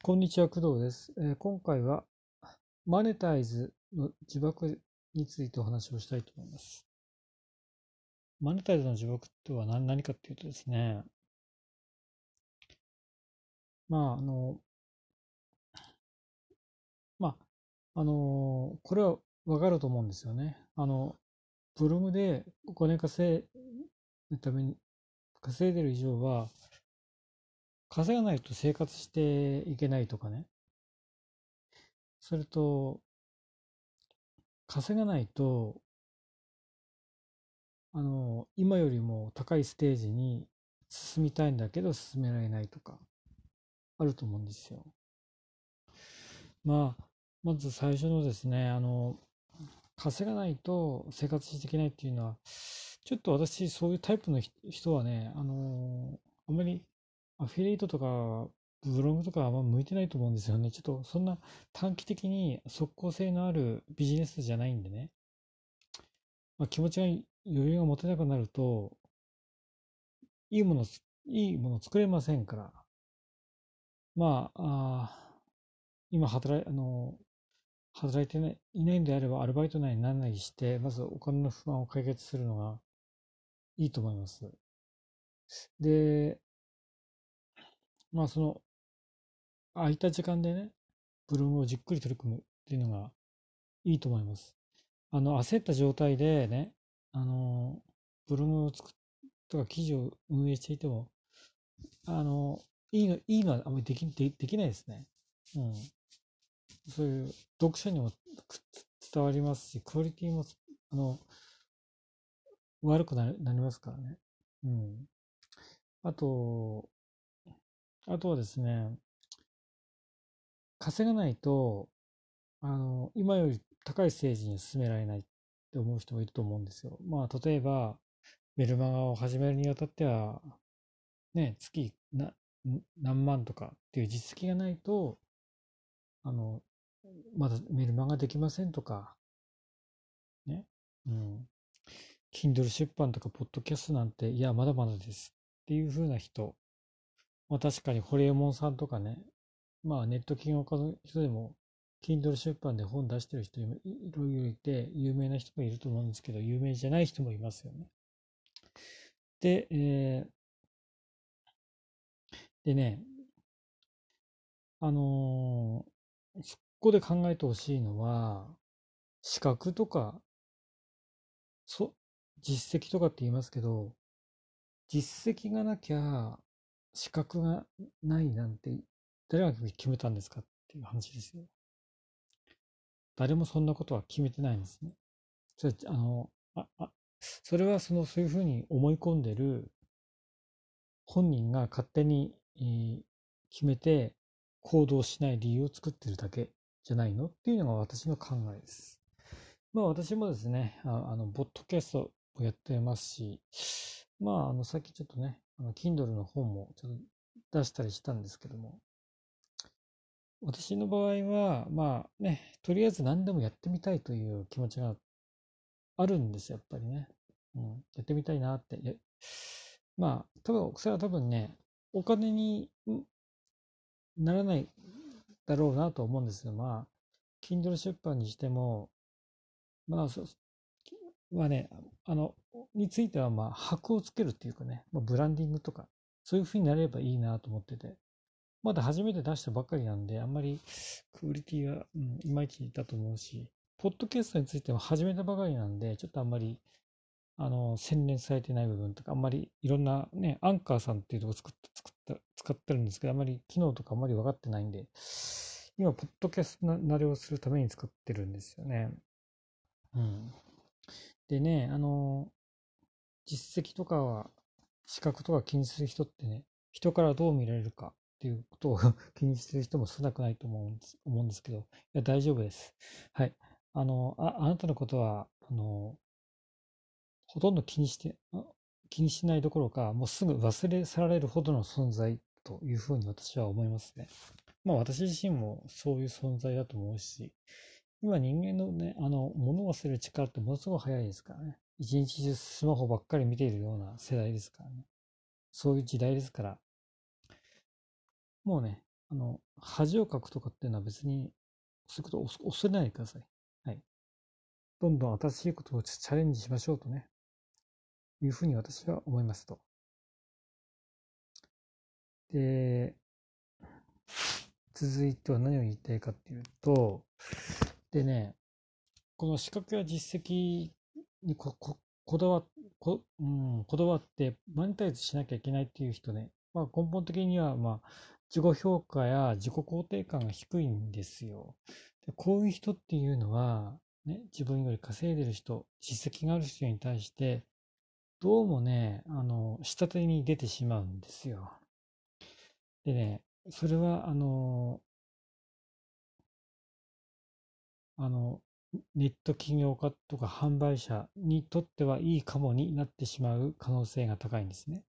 こんにちは、工藤です。今回はマネタイズの呪縛についてお話をしたいと思います。マネタイズの呪縛とは何かっていうとですね、まあ、あの、まこれはわかると思うんですよね。ブログでお金稼ぐために稼いでる以上は、稼がないと生活していけないとかね。それと、稼がないと今よりも高いステージに進みたいんだけど進められないとかあると思うんですよ。まず最初のですね、稼がないと生活していけないっていうのは、ちょっと私、そういうタイプの人はね、あんまりアフィリエイトとかブログとかはあんま向いてないと思うんですよね。ちょっとそんな短期的に即効性のあるビジネスじゃないんでね、気持ちが余裕が持てなくなると、いいもの、いいもの作れませんから、まあ、今働いていないんであれば、アルバイトなりなんなりして、まずお金の不安を解決するのがいいと思います。で、その、空いた時間でね、ブログをじっくり取り組むっていうのがいいと思います。焦った状態でね、あの、ブログを作っとか記事を運営していても、あの、いいのはあんまりできないですね。うん。そういう読者にも伝わりますし、クオリティもあの悪くなりますからね。うん。あと、あとはですね、稼がないと、今より高いステージに進められないって思う人もいると思うんですよ。例えば、メルマガを始めるにあたっては、ね、何万とかっていう実績がないと、あの、まだメルマガできませんとか、ね。うん。Kindle 出版とか、ポッドキャストなんて、いや、まだまだですっていう風な人、確かに、ホリエモンさんとかね、ネット企業家の人でも、Kindle 出版で本出してる人いろいろいて、有名な人もいると思うんですけど、有名じゃない人もいますよね。で、でね、そこで考えてほしいのは、資格とか、そ、実績とかって言いますけど、実績がなきゃ資格がないなんて誰が決めたんですかっていう話ですよ。誰もそんなことは決めてないんですね。それそれはそういうふうに思い込んでる本人が勝手に、決めて行動しない理由を作ってるだけじゃないのっていうのが私の考えです。私もですね、ボッドキャストをやってますし、さっきちょっとね、Kindle の本もちょっと出したりしたんですけども、私の場合は、とりあえず何でもやってみたいという気持ちがあるんですよ、やっぱりね。うん、やってみたいなって。それは多分ね、お金にならないだろうなと思うんですけど、Kindle 出版にしても、まあ、そはね、については、箔をつけるっていうかね、ブランディングとか、そういう風になればいいなと思ってて、まだ初めて出したばっかりなんで、あんまりクオリティは、いまいちだと思うし、ポッドキャストについては始めたばかりなんで、ちょっとあんまり、洗練されてない部分とか、あんまりいろんなね、アンカーさんっていうとこ使ってるんですけど、あんまり機能とかあんまり分かってないんで、今、ポッドキャスト慣れをするために使ってるんですよね。うん。でね、実績とかは、資格とか気にする人ってね、人からどう見られるかっていうことを気にしてる人も少なくないと思うんですけど、いや、大丈夫です。はい。あなたのことは、ほとんど気にしないどころか、もうすぐ忘れ去られるほどの存在というふうに私は思いますね。私自身もそういう存在だと思うし、今人間のね、物を忘れる力ってものすごく早いですからね。一日中スマホばっかり見ているような世代ですからね。そういう時代ですから、もうね、 恥をかくとかっていうのは別に、そういうことを恐れないでください。はい。どんどん新しいことをチャレンジしましょうとね、いうふうに私は思いますと。で、続いては何を言いたいかっていうと、でね、この資格や実績にこだわっ、こだわってマネタイズしなきゃいけないっていう人ね、まあ、根本的には、まあ、自己評価や自己肯定感が低いんですよ。でこういう人っていうのは、ね、自分より稼いでる人、実績がある人に対して、どうもね、下手に出てしまうんですよ。でね、それは、あの、ネット企業家とか販売者にとってはいいかもになってしまう可能性が高いんですね。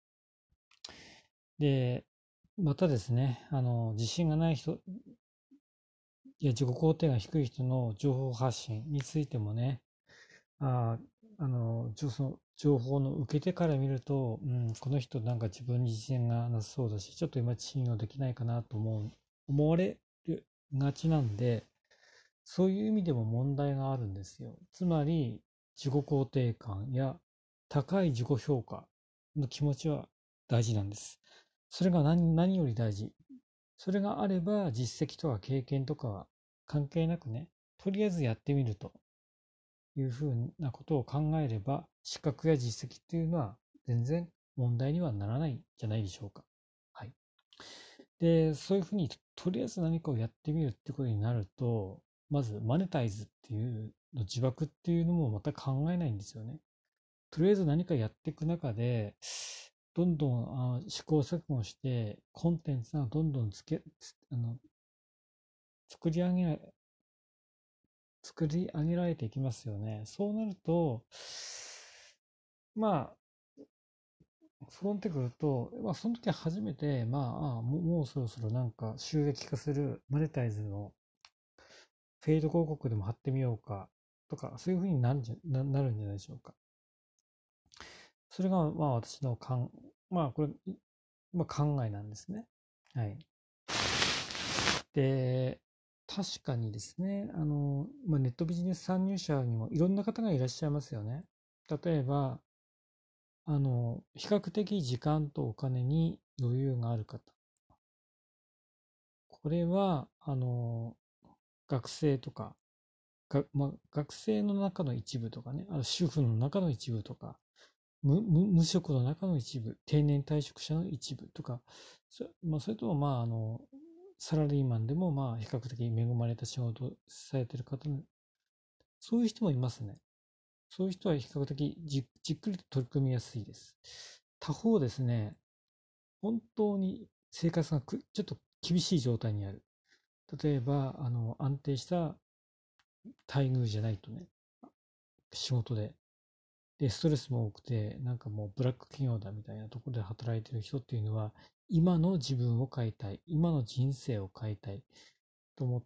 で、またですね、自信がない人や自己肯定が低い人の情報発信についてもね、あその情報の受け手から見ると、この人なんか自分に自信がなさそうだし、ちょっといまいち信用できないかなと思われがちなんで、そういう意味でも問題があるんですよ。つまり、自己肯定感や高い自己評価の気持ちは大事なんです。それが何より大事。それがあれば、実績とか経験とかは関係なくね、とりあえずやってみるというふうなことを考えれば、資格や実績っていうのは全然問題にはならないんじゃないでしょうか。はい。で、そういうふうにとりあえず何かをやってみるってことになると、まずマネタイズっていうの自爆っていうのもまた考えないんですよね。とりあえず何かやっていく中で、どんどん試行錯誤して、コンテンツがどんどん作り上げ、作り上げられていきますよね。そうなると、まそうなってくると、その時初めて、もうそろそろなんか収益化するマネタイズのフェイド広告でも貼ってみようかとか、そういう風になるんじゃないでしょうか。それが、私のこれ、考えなんですね。はい。で、確かにですね、ネットビジネス参入者にもいろんな方がいらっしゃいますよね。例えば、比較的時間とお金に余裕がある方。これは、学生とか、学生の中の一部とかね、主婦の中の一部とか、無職の中の一部、定年退職者の一部とか、それとも、サラリーマンでも、比較的恵まれた仕事をされている方の、そういう人もいますね。そういう人は比較的じっくりと取り組みやすいです。他方ですね、本当に生活がちょっと厳しい状態にある。例えば、安定した待遇じゃないとね、仕事で。で、ストレスも多くて、なんかもうブラック企業だみたいなところで働いてる人っていうのは、今の自分を変えたい、今の人生を変えたいと思って、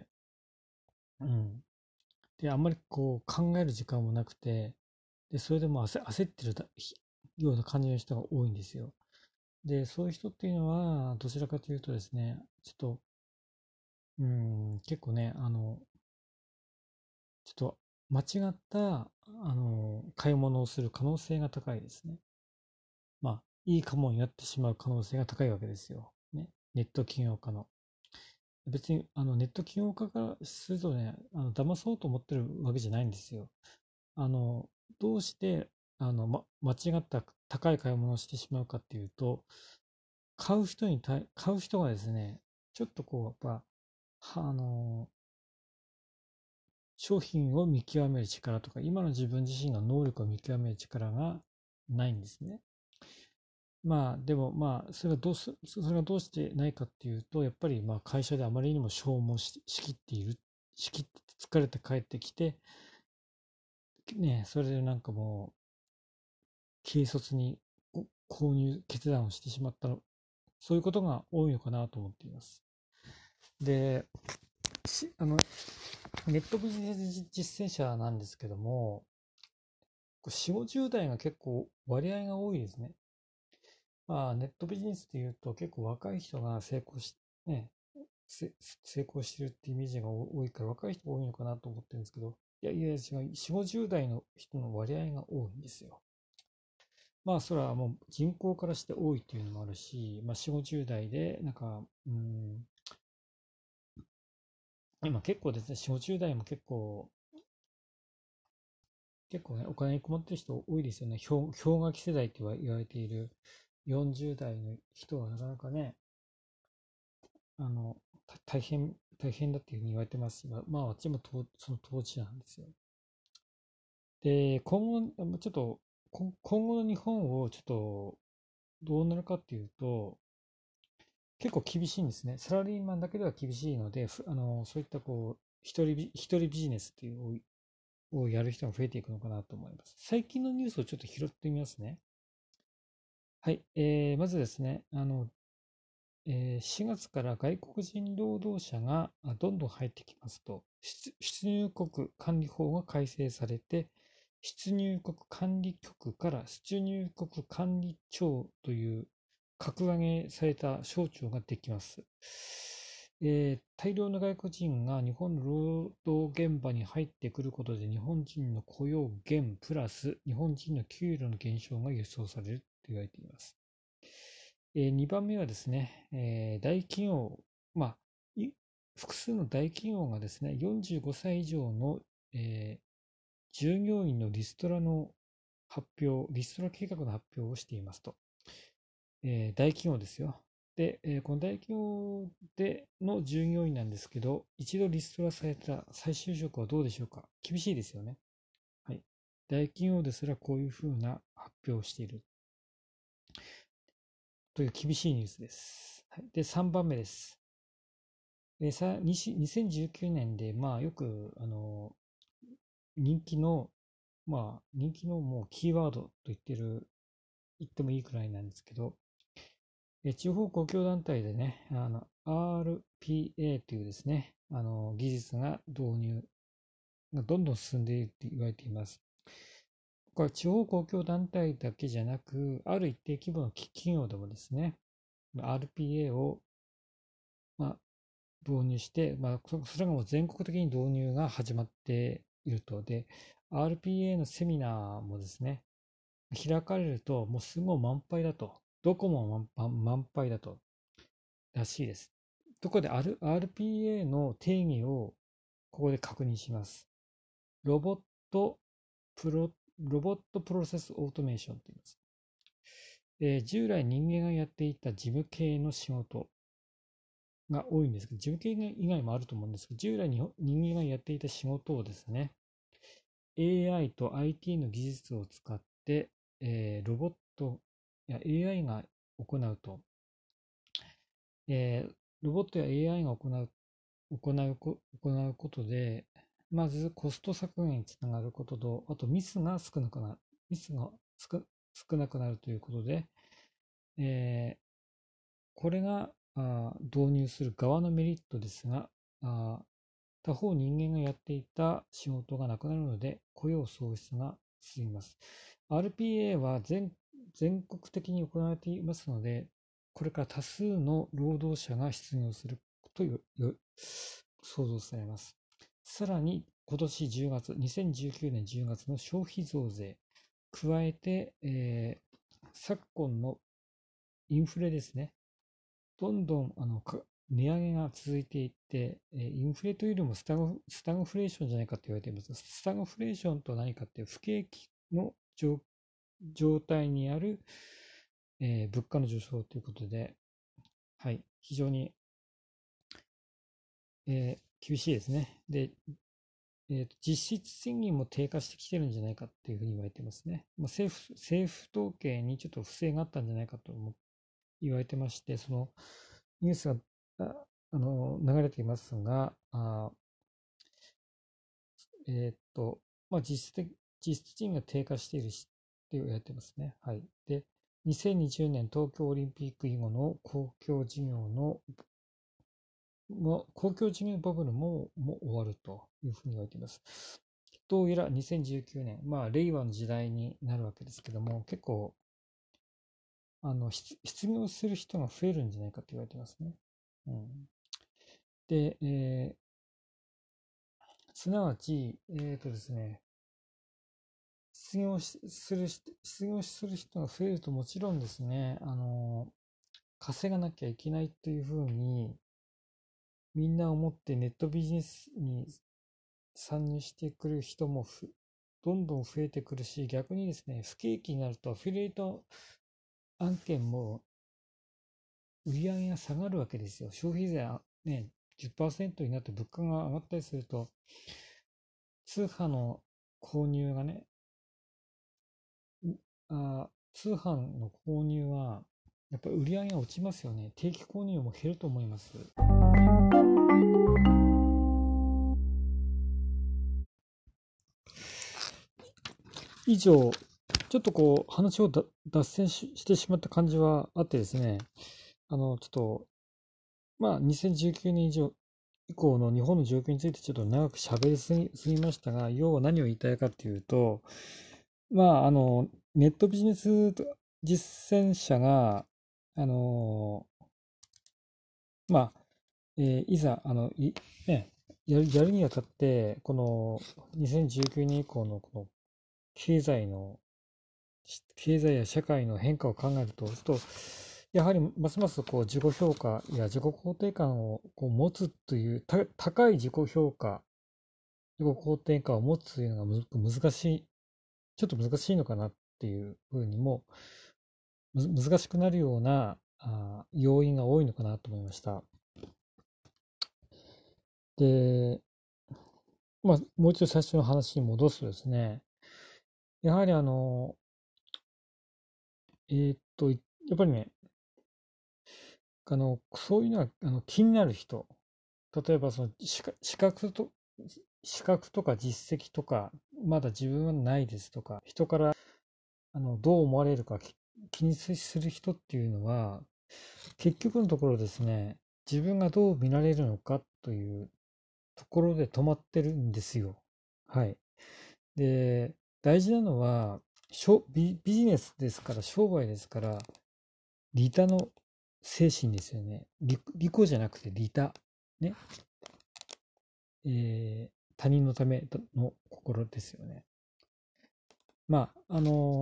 うん。で、あんまりこう考える時間もなくて、で、それでも焦ってるような感じの人が多いんですよ。で、そういう人っていうのは、どちらかというとですね、ちょっと、結構ね、ちょっと間違った、買い物をする可能性が高いですね。いいかもになってしまう可能性が高いわけですよ。ね。ネット企業家の。別に、ネット企業家からするとね、騙そうと思ってるわけじゃないんですよ。あの、どうして、間違った高い買い物をしてしまうかっていうと、買う人がですね、ちょっとこう、やっぱ、はあの、商品を見極める力とか、今の自分自身の能力を見極める力がないんですね。でもそれがどうしてないかっていうと、やっぱり会社であまりにも消耗しきっている、しきって疲れて帰ってきて、ね、それでなんかもう、軽率に購入決断をしてしまったの、そういうことが多いのかなと思っています。で、しあの、ネットビジネス実践者なんですけども、4、50代が結構割合が多いですね。 まあ、ネットビジネスで言うと結構若い人がね、成功してるってイメージが多いから若い人が多いのかなと思ってるんですけど、いやいや違う、4、50代の人の割合が多いんですよ。まあ、それはもう人口からして多いっていうのもあるし、まあ、4、50代で、今結構ですね、4、50代も結構ね、お金に困ってる人多いですよね。氷河期世代って言われている40代の人はなかなかね、あの、大変だっていうふうに言われてますし、まあ、あっちもその当時なんですよ。で、今後の日本をちょっとどうなるかっていうと、結構厳しいんですね。サラリーマンだけでは厳しいので、そういった一人ビジネスっていうをやる人が増えていくのかなと思います。最近のニュースをちょっと拾ってみますね。はい。まずですね、4月から外国人労働者がどんどん入ってきますと、出入国管理法が改正されて、出入国管理局から出入国管理庁という格上げされた省庁ができます。大量の外国人が日本の労働現場に入ってくることで日本人の雇用減プラス日本人の給料の減少が予想されると言われています。2番目はですね、大企業、まあ、複数の大企業がですね、45歳以上の、えー従業員のリストラ計画の発表をしていますと。大企業ですよ。で、この大企業での従業員なんですけど、一度リストラされたら再就職はどうでしょうか。厳しいですよね。はい。大企業ですらこういうふうな発表をしているという厳しいニュースです。はい、で、3番目です。2019年で、まあ、よく、人気の、人気のもうキーワードと言ってもいいくらいなんですけど、地方公共団体でね、RPA というですね、技術が導入がどんどん進んでいると言われています。これは地方公共団体だけじゃなく、ある一定規模の企業でもですね、RPA を、まあ、導入して、それがもう全国的に導入が始まっていると。で、RPA のセミナーもですね、開かれると、もうすごい満杯だと。どこも満杯だと。らしいです。ところで、RPA の定義をここで確認します。ロボットプロ、ロボットプロセスオートメーションと言います。従来人間がやっていた事務系の仕事が多いんですけど、事務系以外もあると思うんですけど、従来に人間がやっていた仕事をですね、AI と IT の技術を使って、ロボットや AI が行うと、ロボットや AI が行うことで、まずコスト削減につながることと、あとミスが少なくなるということで、えーこれが導入する側のメリットですが、他方人間がやっていた仕事がなくなるので雇用創出が進みます。RPA は全国的に行われていますので、これから多数の労働者が失業すると想像されます。さらに今年10月、2019年10月の消費増税、加えて、昨今のインフレですね。どんどん値上げが続いていって、インフレというよりもスタグフレーションじゃないかと言われています。スタグフレーションとは何かっていう不景気の状態にある、物価の上昇ということで、はい、非常に、厳しいですね。で、実質賃金も低下してきてるんじゃないかっていうふうに言われてますね。政府統計にちょっと不正があったんじゃないかと言われてまして、そのニュースが流れていますが、えーっと、まあ、実質賃金が低下しているしって言われてますね。はい。で、2020年東京オリンピック以後の公共事業バブルも終わるというふうに言われています。どうやら2019年、令和の時代になるわけですけども、結構、 失業する人が増えるんじゃないかと言われてますね。うん、で、すなわち、ですね、失業する人が増えるともちろんですね、稼がなきゃいけないというふうにみんな思ってネットビジネスに参入してくる人もどんどん増えてくるし、逆にですね、不景気になるとアフィリエイト案件も売り上げが下がるわけですよ。消費税ね、10% になって物価が上がったりすると、通販の購入がね、通販の購入は、やっぱり売り上げが落ちますよね。定期購入も減ると思います。以上、ちょっとこう、話を脱線してしまった感じはあってですね、ちょっと、2019年以降の日本の状況についてちょっと長く喋りすぎましたが、要は何を言いたいかというと、ネットビジネス実践者が、あの、まあ、いざ、ね、やるにあたって、この2019年以降のこの経済の、経済や社会の変化を考えると、やはりますますこう自己評価や自己肯定感をこう持つという、高い自己評価、自己肯定感を持つというのが難しい、ちょっと難しいのかなっていうふうにも、難しくなるような要因が多いのかなと思いました。で、もう一度最初の話に戻すとですね、やはりやっぱりね、そういうのが気になる人、例えばその資格とか実績とか、まだ自分はないですとか、人からどう思われるか気にする人っていうのは、結局のところですね、自分がどう見られるのかというところで止まってるんですよ。はい。で、大事なのは、ビジネスですから、商売ですから、利他の精神ですよね。利己じゃなくて利他。ね。他人のための心ですよね。まあ、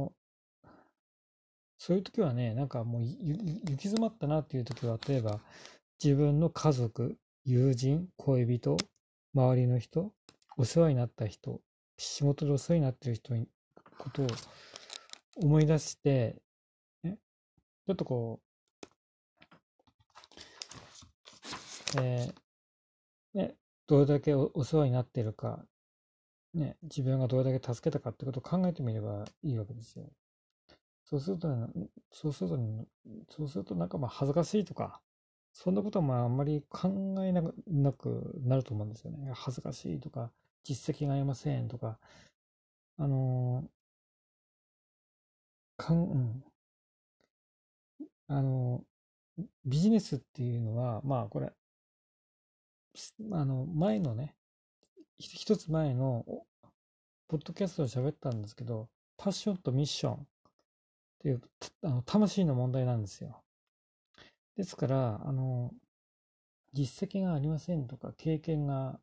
そういう時はね、なんかもう行き詰まったなっていう時は、例えば自分の家族、友人、恋人、周りの人、お世話になった人、仕事でお世話になってる人のことを思い出して、ね、ちょっとこう、ね、どれだけお世話になってるか、ね、自分がどれだけ助けたかってことを考えてみればいいわけですよ。そうするとね、そうするとね、そうするとなんか恥ずかしいとか、そんなことはあんまり考えなくなると思うんですよね。恥ずかしいとか、実績がありませんとか、あのうん、あのビジネスっていうのは、これ、前のね、一つ前のポッドキャストで喋ったんですけど、パッションとミッションっていう、魂の問題なんですよ。ですから、実績がありませんとか、経験が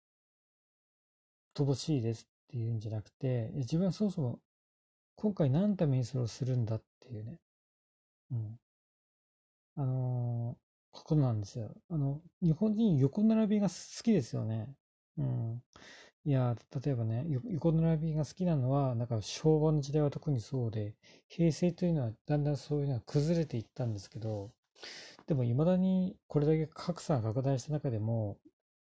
乏しいですっていうんじゃなくて、自分はそもそも今回何のためにそれをするんだっていうね、うん、ことなんですよ。日本人横並びが好きですよね。うん。いや、例えばね、横並びが好きなのは、なんか昭和の時代は特にそうで、平成というのはだんだんそういうのは崩れていったんですけど、でも未だにこれだけ格差が拡大した中でも、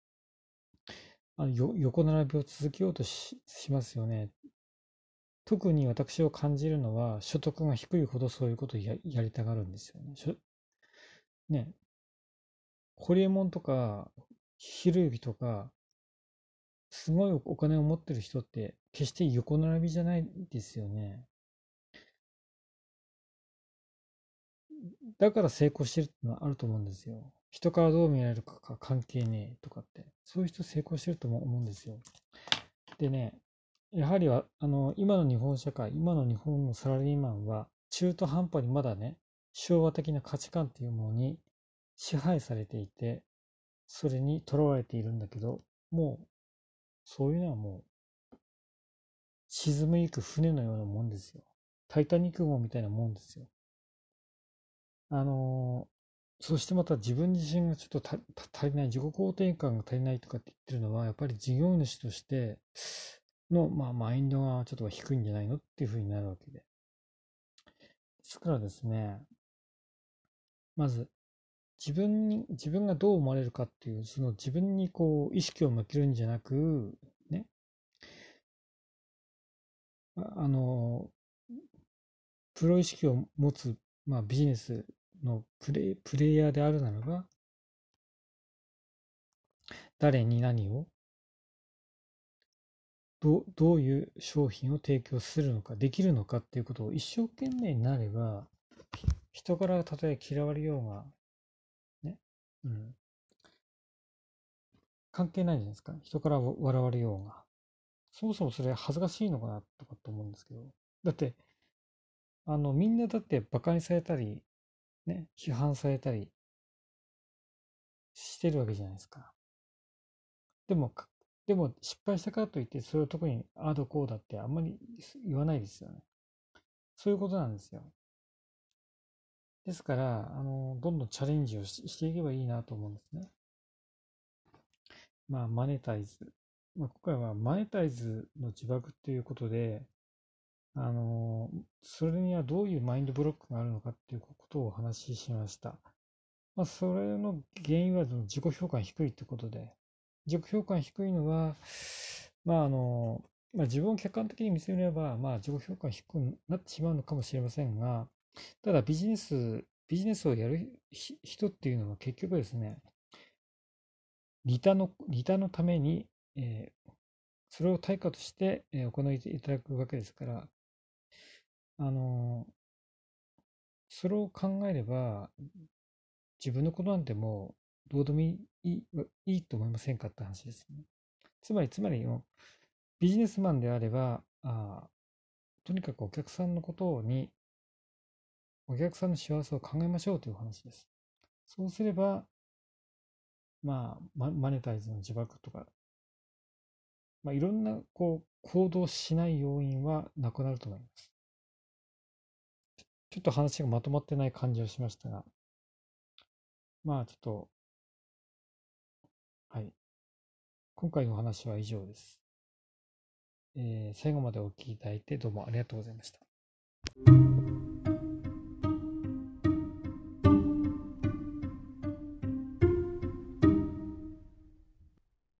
横並びを続けようとしますよね。特に私を感じるのは、所得が低いほどそういうことをやりたがるんですよね。ね、ホリエモンとか、ひろゆきとか、すごいお金を持ってる人って、決して横並びじゃないですよね。だから成功してるってのはあると思うんですよ。人からどう見られるか関係ねえとかって。そういう人成功してると思うんですよ。でね、やはりは、今の日本社会、今の日本のサラリーマンは、中途半端にまだね、 昭和的な価値観っていうものに支配されていて、それにとらわれているんだけど、もう、そういうのはもう、沈むゆく船のようなもんですよ。タイタニック号みたいなもんですよ。あのそしてまた自分自身がちょっと足りない、自己肯定感が足りないとかって言ってるのは、やっぱり事業主としての、マインドがちょっと低いんじゃないのっていうふうになるわけで。ですからですね、まず自分がどう思われるかっていう、その自分にこう意識を向けるんじゃなく、ね、あの、プロ意識を持つ、ビジネスのプレイヤーであるならば、誰に何を、どういう商品を提供するのか、できるのかっていうことを一生懸命になれば、人からたとえ嫌われようが、ね、うん、関係ないじゃないですか。人から笑われようが。そもそもそれ恥ずかしいのかなとかと思うんですけど。だって、みんなだって馬鹿にされたり、ね、批判されたりしてるわけじゃないですか。でも、でも失敗したからといって、それを特にああだこうだってあんまり言わないですよね。そういうことなんですよ。ですから、どんどんチャレンジをしていけばいいなと思うんですね。マネタイズ。今回はマネタイズの自爆っていうことで、それにはどういうマインドブロックがあるのかっていうことをお話ししました。それの原因は自己評価が低いってことで、自己評価が低いのは、まあ、あの、自分を客観的に見つめれば、自己評価が低くなってしまうのかもしれませんが、ただビジネスをやる人っていうのは結局ですね、利他のために、それを対価として、行っていただくわけですから、あの、それを考えれば、自分のことなんてもうどうでもいいと思いませんかって話ですね。つまりビジネスマンであれば、とにかくお客さんの幸せを考えましょうという話です。そうすれば、マネタイズの自爆とか、いろんな行動しない要因はなくなると思います。ちょっと話がまとまってない感じはしましたが、ちょっと、はい。今回のお話は以上です。最後までお聞きいただいてどうもありがとうございました。